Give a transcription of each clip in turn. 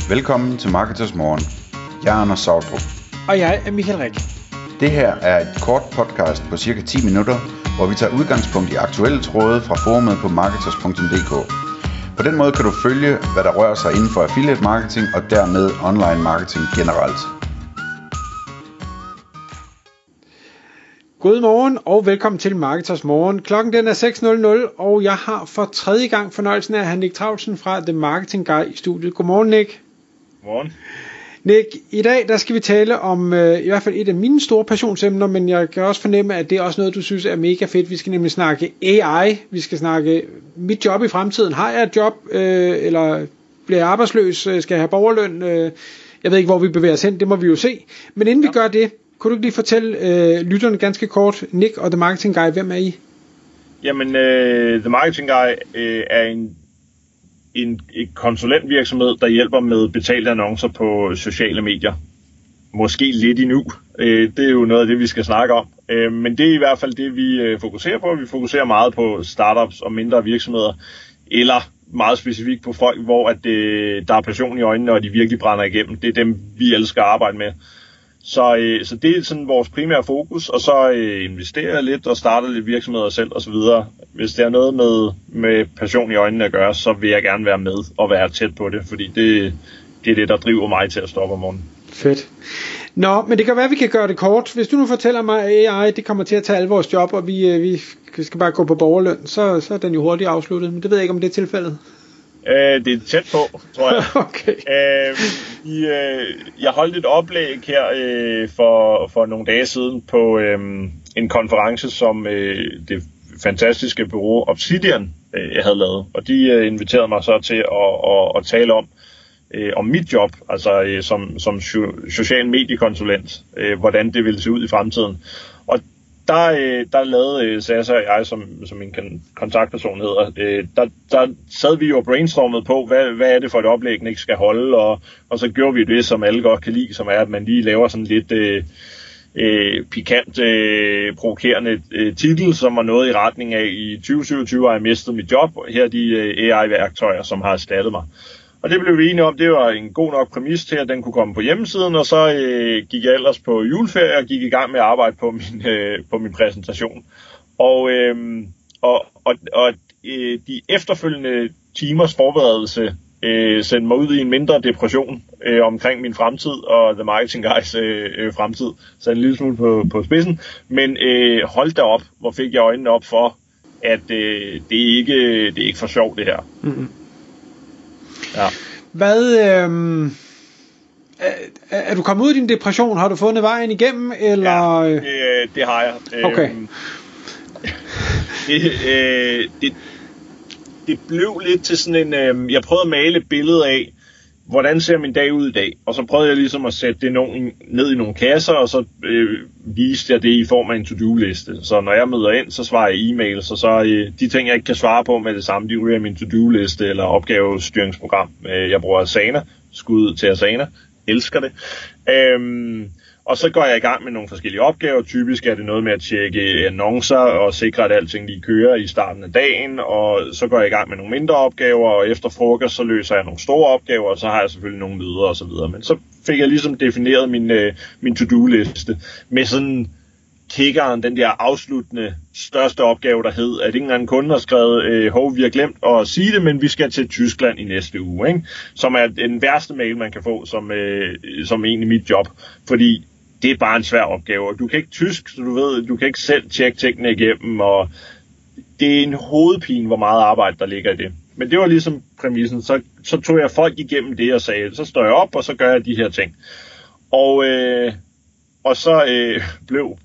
Velkommen til Marketers Morgen. Jeg er Anders Sautrup. Og jeg er Michael Rik. Det her er et kort podcast på cirka 10 minutter, hvor vi tager udgangspunkt i aktuelle tråde fra forumet på marketers.dk. På den måde kan du følge, hvad der rører sig inden for affiliate marketing og dermed online marketing generelt. Godmorgen og velkommen til Marketers Morgen. Klokken den er 6.00, og jeg har for tredje gang fornøjelsen af at have Nick Trautsen fra The Marketing Guy i studiet. Godmorgen, Nick. Godmorgen. Nick, i dag der skal vi tale om i hvert fald et af mine store passionsemner, men jeg kan også fornemme, at det er også noget, du synes er mega fedt. Vi skal nemlig snakke AI, vi skal snakke mit job i fremtiden. Har jeg et job, eller bliver jeg arbejdsløs, skal jeg have borgerløn? Jeg ved ikke, hvor vi bevæger os hen, det må vi jo se. Men inden vi gør det, kunne du ikke lige fortælle lytterne ganske kort, Nick og The Marketing Guy, hvem er I? Jamen, The Marketing Guy er en konsulentvirksomhed, der hjælper med betalte annoncer på sociale medier. Måske lidt endnu. Det er jo noget af det, vi skal snakke om. Men det er i hvert fald det, vi fokuserer på. Vi fokuserer meget på startups og mindre virksomheder, eller meget specifikt på folk, hvor der er passion i øjnene, og de virkelig brænder igennem. Det er dem, vi elsker at arbejde med. Så det er sådan vores primære fokus, og så investere lidt og starte lidt virksomheder selv osv. Hvis der er noget med passion i øjnene at gøre, så vil jeg gerne være med og være tæt på det, fordi det er det, der driver mig til at stoppe om morgenen. Fedt. Nå, men det kan være, at vi kan gøre det kort. Hvis du nu fortæller mig, at AI det kommer til at tage alle vores job, og vi skal bare gå på borgerløn, så er den jo hurtigt afsluttet, men det ved jeg ikke, om det er tilfældet. Det er tæt på, tror jeg. Okay. Jeg holdt et oplæg her for nogle dage siden på en konference, som det fantastiske bureau Obsidian havde lavet. Og de inviterede mig så til at tale om mit job, altså som social mediekonsulent, hvordan det ville se ud i fremtiden. Og der lavede Sasa og jeg, som min kontaktperson hedder, der sad vi jo og brainstormede på, hvad er det for et oplæg, den ikke skal holde, og så gjorde vi det, som alle godt kan lide, som er, at man lige laver sådan lidt pikant, provokerende titel, som var noget i retning af, i 2027 har jeg mistet mit job, og her er de AI-værktøjer, som har erstattet mig. Og det blev vi enige om, det var en god nok præmis til, at den kunne komme på hjemmesiden, og så gik jeg ellers på juleferie og gik i gang med at arbejde på min præsentation. Og de efterfølgende timers forberedelse sendte mig ud i en mindre depression omkring min fremtid og The Marketing Guys fremtid. Så en lille smule på spidsen, men hold da op, hvor fik jeg øjnene op for, at det er ikke for sjovt det her. Mm-hmm. Ja. Hvad er du kommet ud af din depression? Har du fundet vejen igennem, eller? Ja, det har jeg. Okay. Det blev lidt til sådan en. Jeg prøvede at male et billede af, hvordan ser min dag ud i dag, og så prøvede jeg ligesom at sætte det ned i nogle kasser, og så viste jeg det i form af en to-do-liste. Så når jeg møder ind, så svarer jeg e-mails, og så de ting, jeg ikke kan svare på med det samme, de ryger i min to-do-liste eller opgavestyringsprogram. Jeg bruger Asana, skud til Asana, elsker det. Og så går jeg i gang med nogle forskellige opgaver. Typisk er det noget med at tjekke annoncer og sikre, at alting lige kører i starten af dagen. Og så går jeg i gang med nogle mindre opgaver, og efter frokost så løser jeg nogle store opgaver, og så har jeg selvfølgelig nogle møder og så videre. Men så fik jeg ligesom defineret min to-do-liste med sådan kickeren, den der afsluttende største opgave, der hed, at ingen anden kunde har skrevet, vi har glemt at sige det, men vi skal til Tyskland i næste uge, ikke? Som er den værste mail, man kan få som egentlig mit job, fordi det er bare en svær opgave, og du kan ikke tysk, så du ved, du kan ikke selv tjekke tingene igennem, og det er en hovedpine, hvor meget arbejde der ligger i det. Men det var ligesom præmissen, så tog jeg folk igennem det og sagde, så står jeg op, og så gør jeg de her ting. Og så blev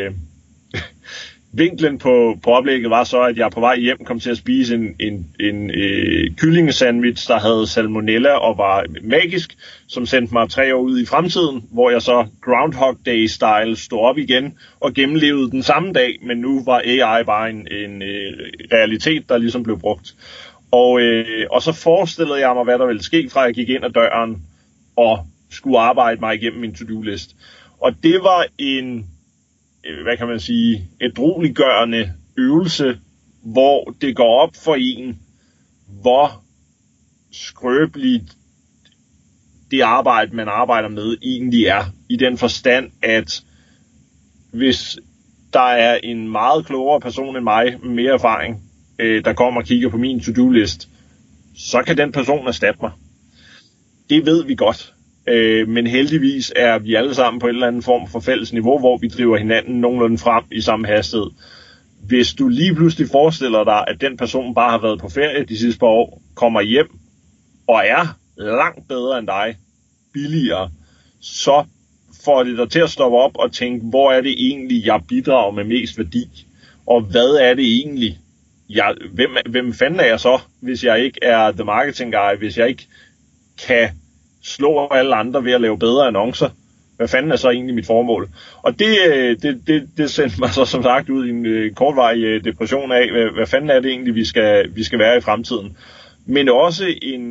vinklen på oplægget var så, at jeg på vej hjem kom til at spise en kyllingesandwich, der havde salmonella og var magisk, som sendte mig 3 år ud i fremtiden, hvor jeg så Groundhog Day-style stod op igen og gennemlevede den samme dag, men nu var AI bare en realitet, der ligesom blev brugt. Og så forestillede jeg mig, hvad der ville ske, fra jeg gik ind ad døren og skulle arbejde mig igennem min to-do-list. Og det var et brugeliggørende øvelse, hvor det går op for en, hvor skrøbeligt det arbejde, man arbejder med, egentlig er. I den forstand, at hvis der er en meget klogere person end mig, med mere erfaring, der kommer og kigger på min to-do-list, så kan den person erstatte mig. Det ved vi godt. Men heldigvis er vi alle sammen på en eller anden form for fælles niveau, hvor vi driver hinanden nogenlunde frem i samme hastighed. Hvis du lige pludselig forestiller dig, at den person bare har været på ferie de sidste par år, kommer hjem og er langt bedre end dig, billigere, så får det dig til at stoppe op og tænke, hvor er det egentlig, jeg bidrager med mest værdi? Og hvad er det egentlig? Hvem fanden er jeg så, hvis jeg ikke er the marketing guy, hvis jeg ikke kan slå alle andre ved at lave bedre annoncer? Hvad fanden er så egentlig mit formål? Og det sendte mig så som sagt ud i en kortvarig depression af, hvad fanden er det egentlig, vi skal være i fremtiden. Men også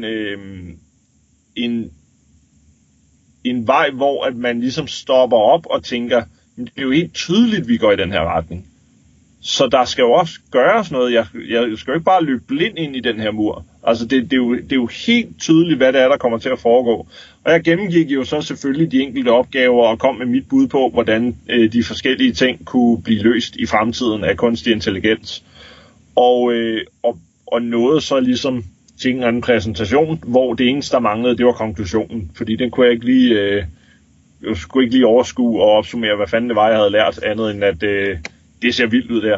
en vej, hvor at man ligesom stopper op og tænker, det er jo helt tydeligt, vi går i den her retning. Så der skal jo også gøres noget. Jeg skal jo ikke bare løbe blind ind i den her mur. Altså det er jo helt tydeligt, hvad det er, der kommer til at foregå. Og jeg gennemgik jo så selvfølgelig de enkelte opgaver og kom med mit bud på, hvordan de forskellige ting kunne blive løst i fremtiden af kunstig intelligens. Og nåede så ligesom til en anden præsentation, hvor det eneste, der manglede, det var konklusionen. Fordi den kunne jeg skulle ikke lige overskue og opsummere, hvad fanden det var, jeg havde lært, andet end at det ser vildt ud der.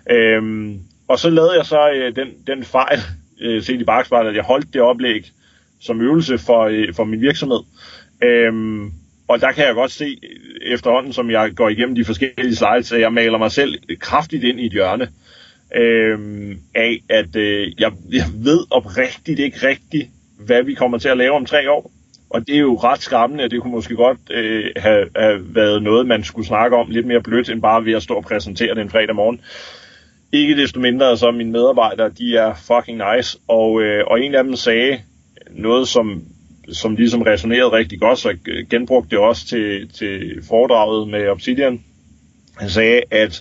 Og så lavede jeg så den fejl, set i bakspejlet, at jeg holdt det oplæg som øvelse for min virksomhed. Og der kan jeg godt se, efterhånden som jeg går igennem de forskellige slides, at jeg maler mig selv kraftigt ind i et hjørne. Af at jeg ved oprigtigt ikke rigtigt, hvad vi kommer til at lave om 3 år. Og det er jo ret skræmmende, og det kunne måske godt have været noget, man skulle snakke om lidt mere blødt, end bare ved at stå og præsentere det en fredag morgen. Ikke desto mindre, så mine medarbejdere, de er fucking nice, og en af dem sagde noget, som ligesom resonerede rigtig godt, så jeg genbrugte det også til foredraget med Obsidian. Han sagde, at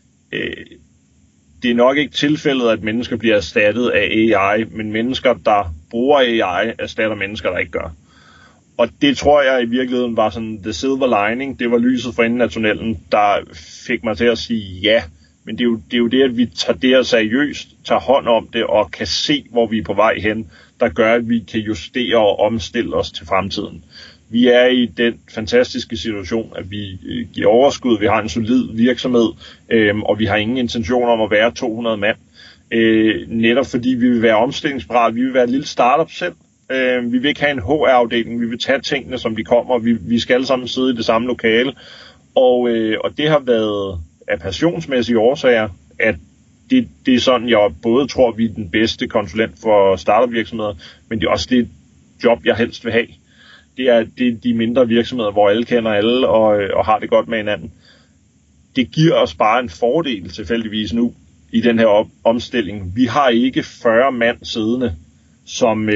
det er nok ikke tilfældet, at mennesker bliver erstattet af AI, men mennesker, der bruger AI, erstatter mennesker, der ikke gør. Og det tror jeg i virkeligheden var sådan the silver lining. Det var lyset for enden af tunnelen, der fik mig til at sige ja. Men det er jo det, at vi tager det her seriøst, tager hånd om det og kan se, hvor vi er på vej hen, der gør, at vi kan justere og omstille os til fremtiden. Vi er i den fantastiske situation, at vi giver overskud, vi har en solid virksomhed, og vi har ingen intention om at være 200 mand. Netop fordi vi vil være omstillingsparate, vi vil være et lille startup selv. Vi vil ikke have en HR-afdeling, vi vil tage tingene, som de kommer, vi skal alle sammen sidde i det samme lokale. Og det har været af passionsmæssige årsager, at det er sådan, jeg både tror, vi er den bedste konsulent for startup-virksomheder, men det er også det job, jeg helst vil have. Det er de mindre virksomheder, hvor alle kender alle og har det godt med hinanden. Det giver os bare en fordel tilfældigvis nu i den her omstilling. Vi har ikke 40 mand siddende, som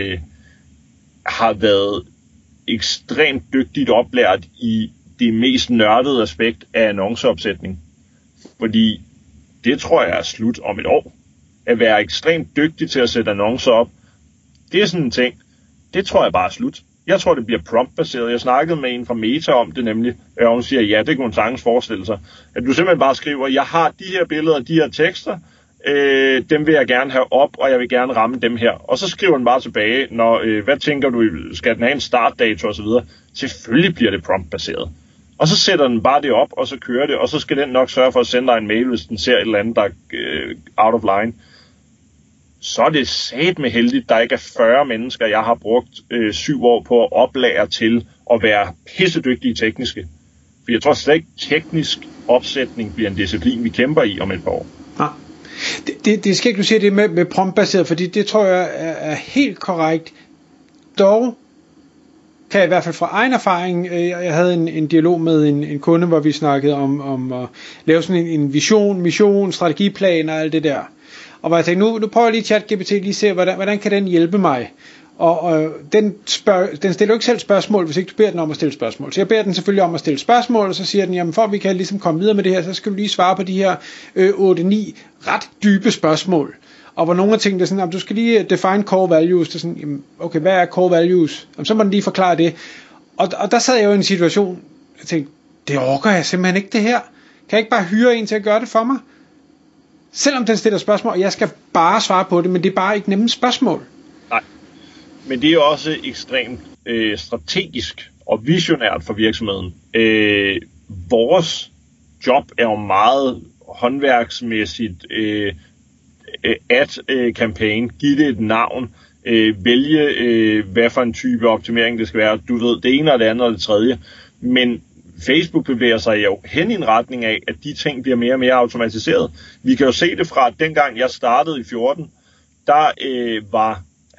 har været ekstremt dygtigt oplært i det mest nørdede aspekt af annonceopsætning. Fordi det tror jeg er slut om et år. At være ekstremt dygtig til at sætte annoncer op, det er sådan en ting. Det tror jeg bare er slut. Jeg tror, det bliver prompt-baseret. Jeg snakkede med en fra Meta om det nemlig, og hun siger, ja, det kunne hun sagtens forestille sig. At du simpelthen bare skriver, jeg har de her billeder, de her tekster, dem vil jeg gerne have op, og jeg vil gerne ramme dem her. Og så skriver den bare tilbage, hvad tænker du, skal den have en startdato osv.? Selvfølgelig bliver det prompt-baseret. Og så sætter den bare det op, og så kører det, og så skal den nok sørge for at sende dig en mail, hvis den ser et eller andet, der er out of line. Så er det satme heldigt, der ikke er 40 mennesker, jeg har brugt 7 år på at oplære til at være pissedygtige tekniske. For jeg tror slet ikke, teknisk opsætning bliver en disciplin, vi kæmper i om et par år. Ja. Det skal ikke du sige det med promptbaseret, fordi det tror jeg er helt korrekt. Dog kan jeg i hvert fald fra egen erfaring, jeg havde en dialog med en kunde, hvor vi snakkede om at lave sådan en vision, mission, strategiplan og alt det der. Og hvor jeg tænkte, nu prøver jeg lige ChatGPT lige se, hvordan kan den hjælpe mig? Og den stiller jo ikke selv spørgsmål, hvis ikke du beder den om at stille spørgsmål. Så jeg beder den selvfølgelig om at stille spørgsmål, og så siger den, jamen for at vi kan ligesom komme videre med det her, så skal du lige svare på de her 8-9 ret dybe spørgsmål. og hvor nogle af tingene er sådan, at du skal lige define core values, det er sådan, jamen, okay, hvad er core values? Jamen, så må den lige forklare det. Og der sad jeg jo i en situation, jeg tænkte, det orker jeg simpelthen ikke det her. Kan jeg ikke bare hyre en til at gøre det for mig? Selvom den stiller spørgsmål, og jeg skal bare svare på det, men det er bare ikke nemme spørgsmål. Nej, men det er jo også ekstremt strategisk og visionært for virksomheden. Vores job er jo meget håndværksmæssigt ad-campaign, give det et navn, vælge hvad for en type optimering det skal være. Du ved, det ene og det andet og det tredje. Men Facebook bevæger sig jo hen i en retning af, at de ting bliver mere og mere automatiseret. Vi kan jo se det fra dengang jeg startede i 14, der var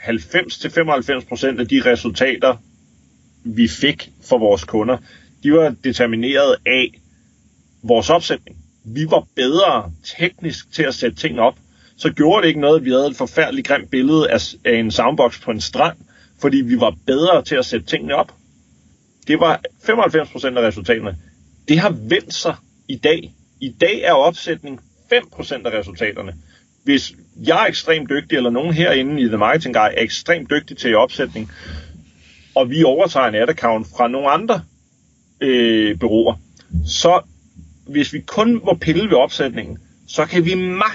90-95% af de resultater, vi fik for vores kunder, de var determineret af vores opsætning. Vi var bedre teknisk til at sætte ting op. Så gjorde det ikke noget, at vi havde et forfærdeligt grimt billede af en soundbox på en strand, fordi vi var bedre til at sætte tingene op. Det var 95% af resultaterne. Det har vendt sig i dag. I dag er opsætning 5% af resultaterne. Hvis jeg er ekstremt dygtig, eller nogen herinde i The Marketing Guy er ekstremt dygtig til opsætning, og vi overtager en ad-account fra nogle andre bureauer, så hvis vi kun må pille ved opsætningen, så kan vi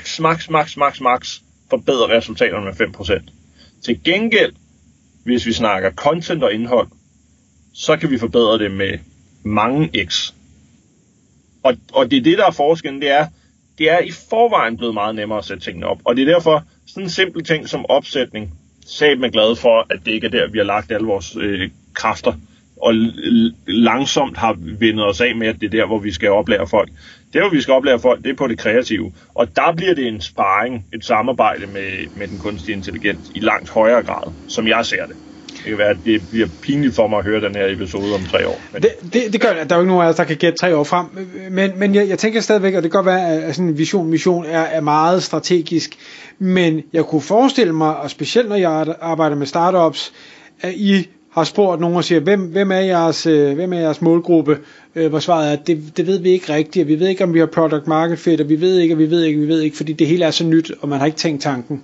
max forbedre resultaterne med 5%. Til gengæld, hvis vi snakker content og indhold, så kan vi forbedre det med mange x. Og det er det, der er forskellen, det er i forvejen blevet meget nemmere at sætte tingene op. Og det er derfor sådan en simpel ting som opsætning, sagde man glad for, at det ikke er der, vi har lagt alle vores kræfter, og langsomt har vendet os af med, at det er der, hvor vi skal oplære folk. Det, hvor vi skal oplære folk, det er på det kreative. Og der bliver det en sparring, et samarbejde med den kunstige intelligens i langt højere grad, som jeg ser det. Det kan være, at det bliver pinligt for mig at høre den her episode om 3 år. Men det gør det. Der er jo ikke nogen af os, der kan gætte 3 år frem. Men jeg tænker stadigvæk, og det kan godt være, at sådan en mission er meget strategisk. Men jeg kunne forestille mig, og specielt når jeg arbejder med startups, at I har spurgt nogen og siger, hvem er jeres målgruppe? Hvor svaret er, det ved vi ikke rigtigt, og vi ved ikke, om vi har product market fit, og vi ved ikke, fordi det hele er så nyt, og man har ikke tænkt tanken.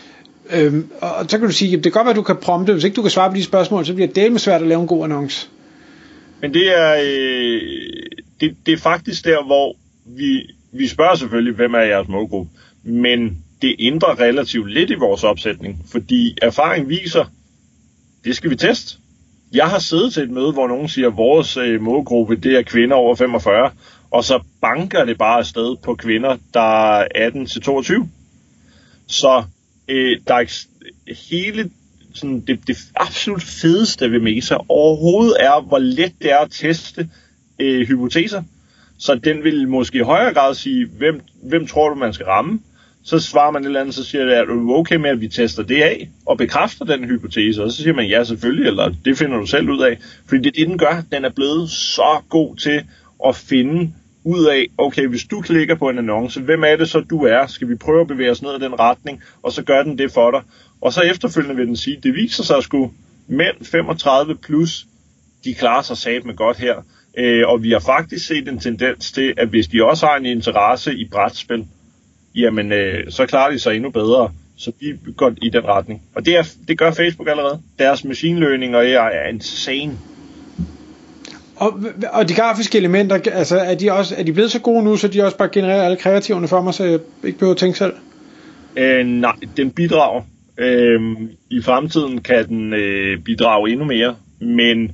Og så kan du sige, det kan godt være, at du kan prompte, hvis ikke du kan svare på de spørgsmål, så bliver det dælme svært at lave en god annonce. Men det er faktisk der, hvor vi spørger selvfølgelig, hvem er jeres målgruppe, men det ændrer relativt lidt i vores opsætning, fordi erfaring viser, det skal vi teste. Jeg har siddet til et møde, hvor nogen siger, at vores målgruppe, det er kvinder over 45, og så banker det bare afsted på kvinder, der er 18-22. Så der er hele sådan, det absolut fedeste ved Mesa overhovedet er, hvor let det er at teste hypoteser. Så den vil måske i højere grad sige, hvem tror du, man skal ramme? Så svarer man et eller andet, så siger det, er du okay med, at vi tester det af, og bekræfter den hypotese? Og så siger man, ja selvfølgelig, eller det finder du selv ud af. Fordi det er det, den gør. Den er blevet så god til at finde ud af, okay, hvis du klikker på en annonce, hvem er det så, du er? Skal vi prøve at bevæge os ned i den retning? Og så gør den det for dig. Og så efterfølgende vil den sige, det viser sig sgu, mænd 35 plus, de klarer sig satme godt her. Og vi har faktisk set en tendens til, at hvis de også har en interesse i brætspil, jamen så klarer de sig endnu bedre. Så vi går i den retning. Og det gør Facebook allerede. Deres machine learning og AI er insane. Og de grafiske elementer, altså er de blevet så gode nu, så de også bare genererer alle kreativerne for mig, så jeg ikke behøver at tænke selv? Nej, den bidrager. I fremtiden kan den bidrage endnu mere, men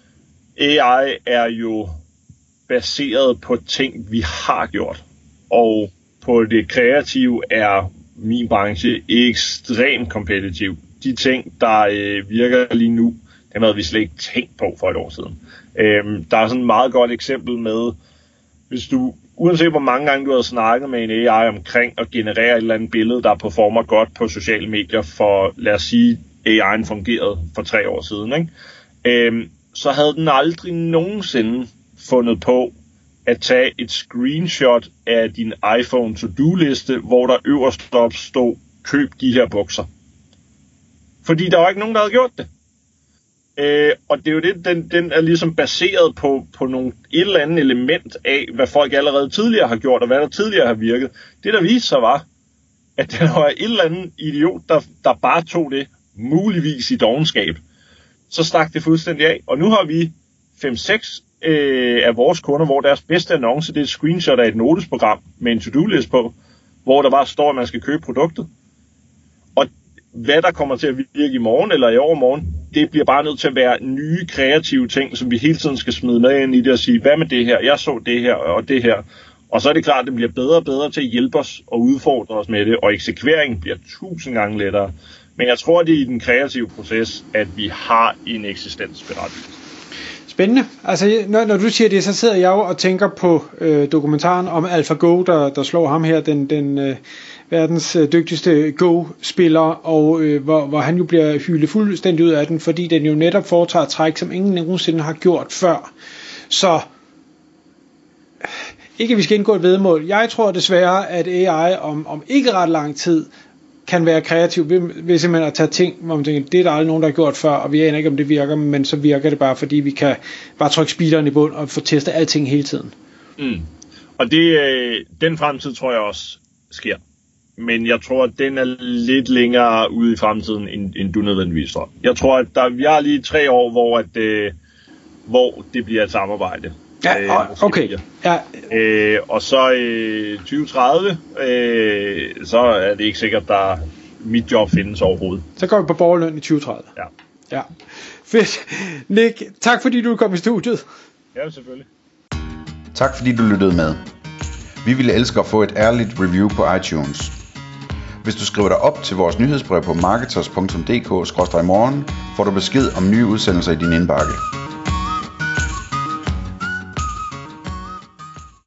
AI er jo baseret på ting, vi har gjort. Og på det kreative er min branche ekstremt kompetitiv. De ting, der virker lige nu, dem havde vi slet ikke tænkt på for et år siden. Der er sådan et meget godt eksempel med, hvis du, uanset hvor mange gange du har snakket med en AI omkring at generere et eller andet billede, der performer godt på sociale medier, for lad os sige, AI'en fungerede for 3 år siden, ikke? Så havde den aldrig nogensinde fundet på at tage et screenshot af din iPhone to-do-liste, hvor der øverst op stod, køb de her bukser. Fordi der var ikke nogen, der havde gjort det. Og det er jo det, den er ligesom baseret på et eller andet element af, hvad folk allerede tidligere har gjort, og hvad der tidligere har virket. Det der viste sig var, at der var et eller andet idiot, der bare tog det, muligvis i dovenskab. Så stak det fuldstændig af, og nu har vi 5-6 af vores kunder, hvor deres bedste annonce, det er et screenshot af et notesprogram med en to-do-list på, hvor der bare står, at man skal købe produktet. Og hvad der kommer til at virke i morgen eller i overmorgen, det bliver bare nødt til at være nye kreative ting, som vi hele tiden skal smide med ind i det og sige, hvad med det her, jeg så det her og det her. Og så er det klart, at det bliver bedre og bedre til at hjælpe os og udfordre os med det, og eksekveringen bliver 1000 gange lettere. Men jeg tror, det er i den kreative proces, at vi har en eksistensberettigelse. Spændende. Altså, når du siger det, så sidder jeg jo og tænker på dokumentaren om AlphaGo, der slår ham her, den verdens dygtigste Go-spiller, og hvor han jo bliver hyldet fuldstændig ud af den, fordi den jo netop foretager træk, som ingen nogensinde har gjort før. Så ikke vi skal indgå et væddemål. Jeg tror desværre, at AI om ikke ret lang tid kan være kreativ ved simpelthen at tage ting, hvor man tænker, det er der aldrig nogen, der har gjort før, og vi aner ikke, om det virker, men så virker det bare, fordi vi kan bare trykke speederen i bund og få testet alting hele tiden. Og den fremtid tror jeg også sker. Men jeg tror, at den er lidt længere ude i fremtiden, end du nødvendigvis tror. Jeg tror, at vi har lige 3 år, hvor det bliver et samarbejde. Ja, okay. Ja. Og så 2030, så er det ikke sikkert, at mit job findes overhovedet. Så går vi på borgerløn i 2030. Ja. Fedt. Nick, tak fordi du kom i studiet. Ja, selvfølgelig. Tak fordi du lyttede med. Vi ville elske at få et ærligt review på iTunes. Hvis du skriver dig op til vores nyhedsbrev på marketers.dk/morgen, får du besked om nye udsendelser i din indbakke.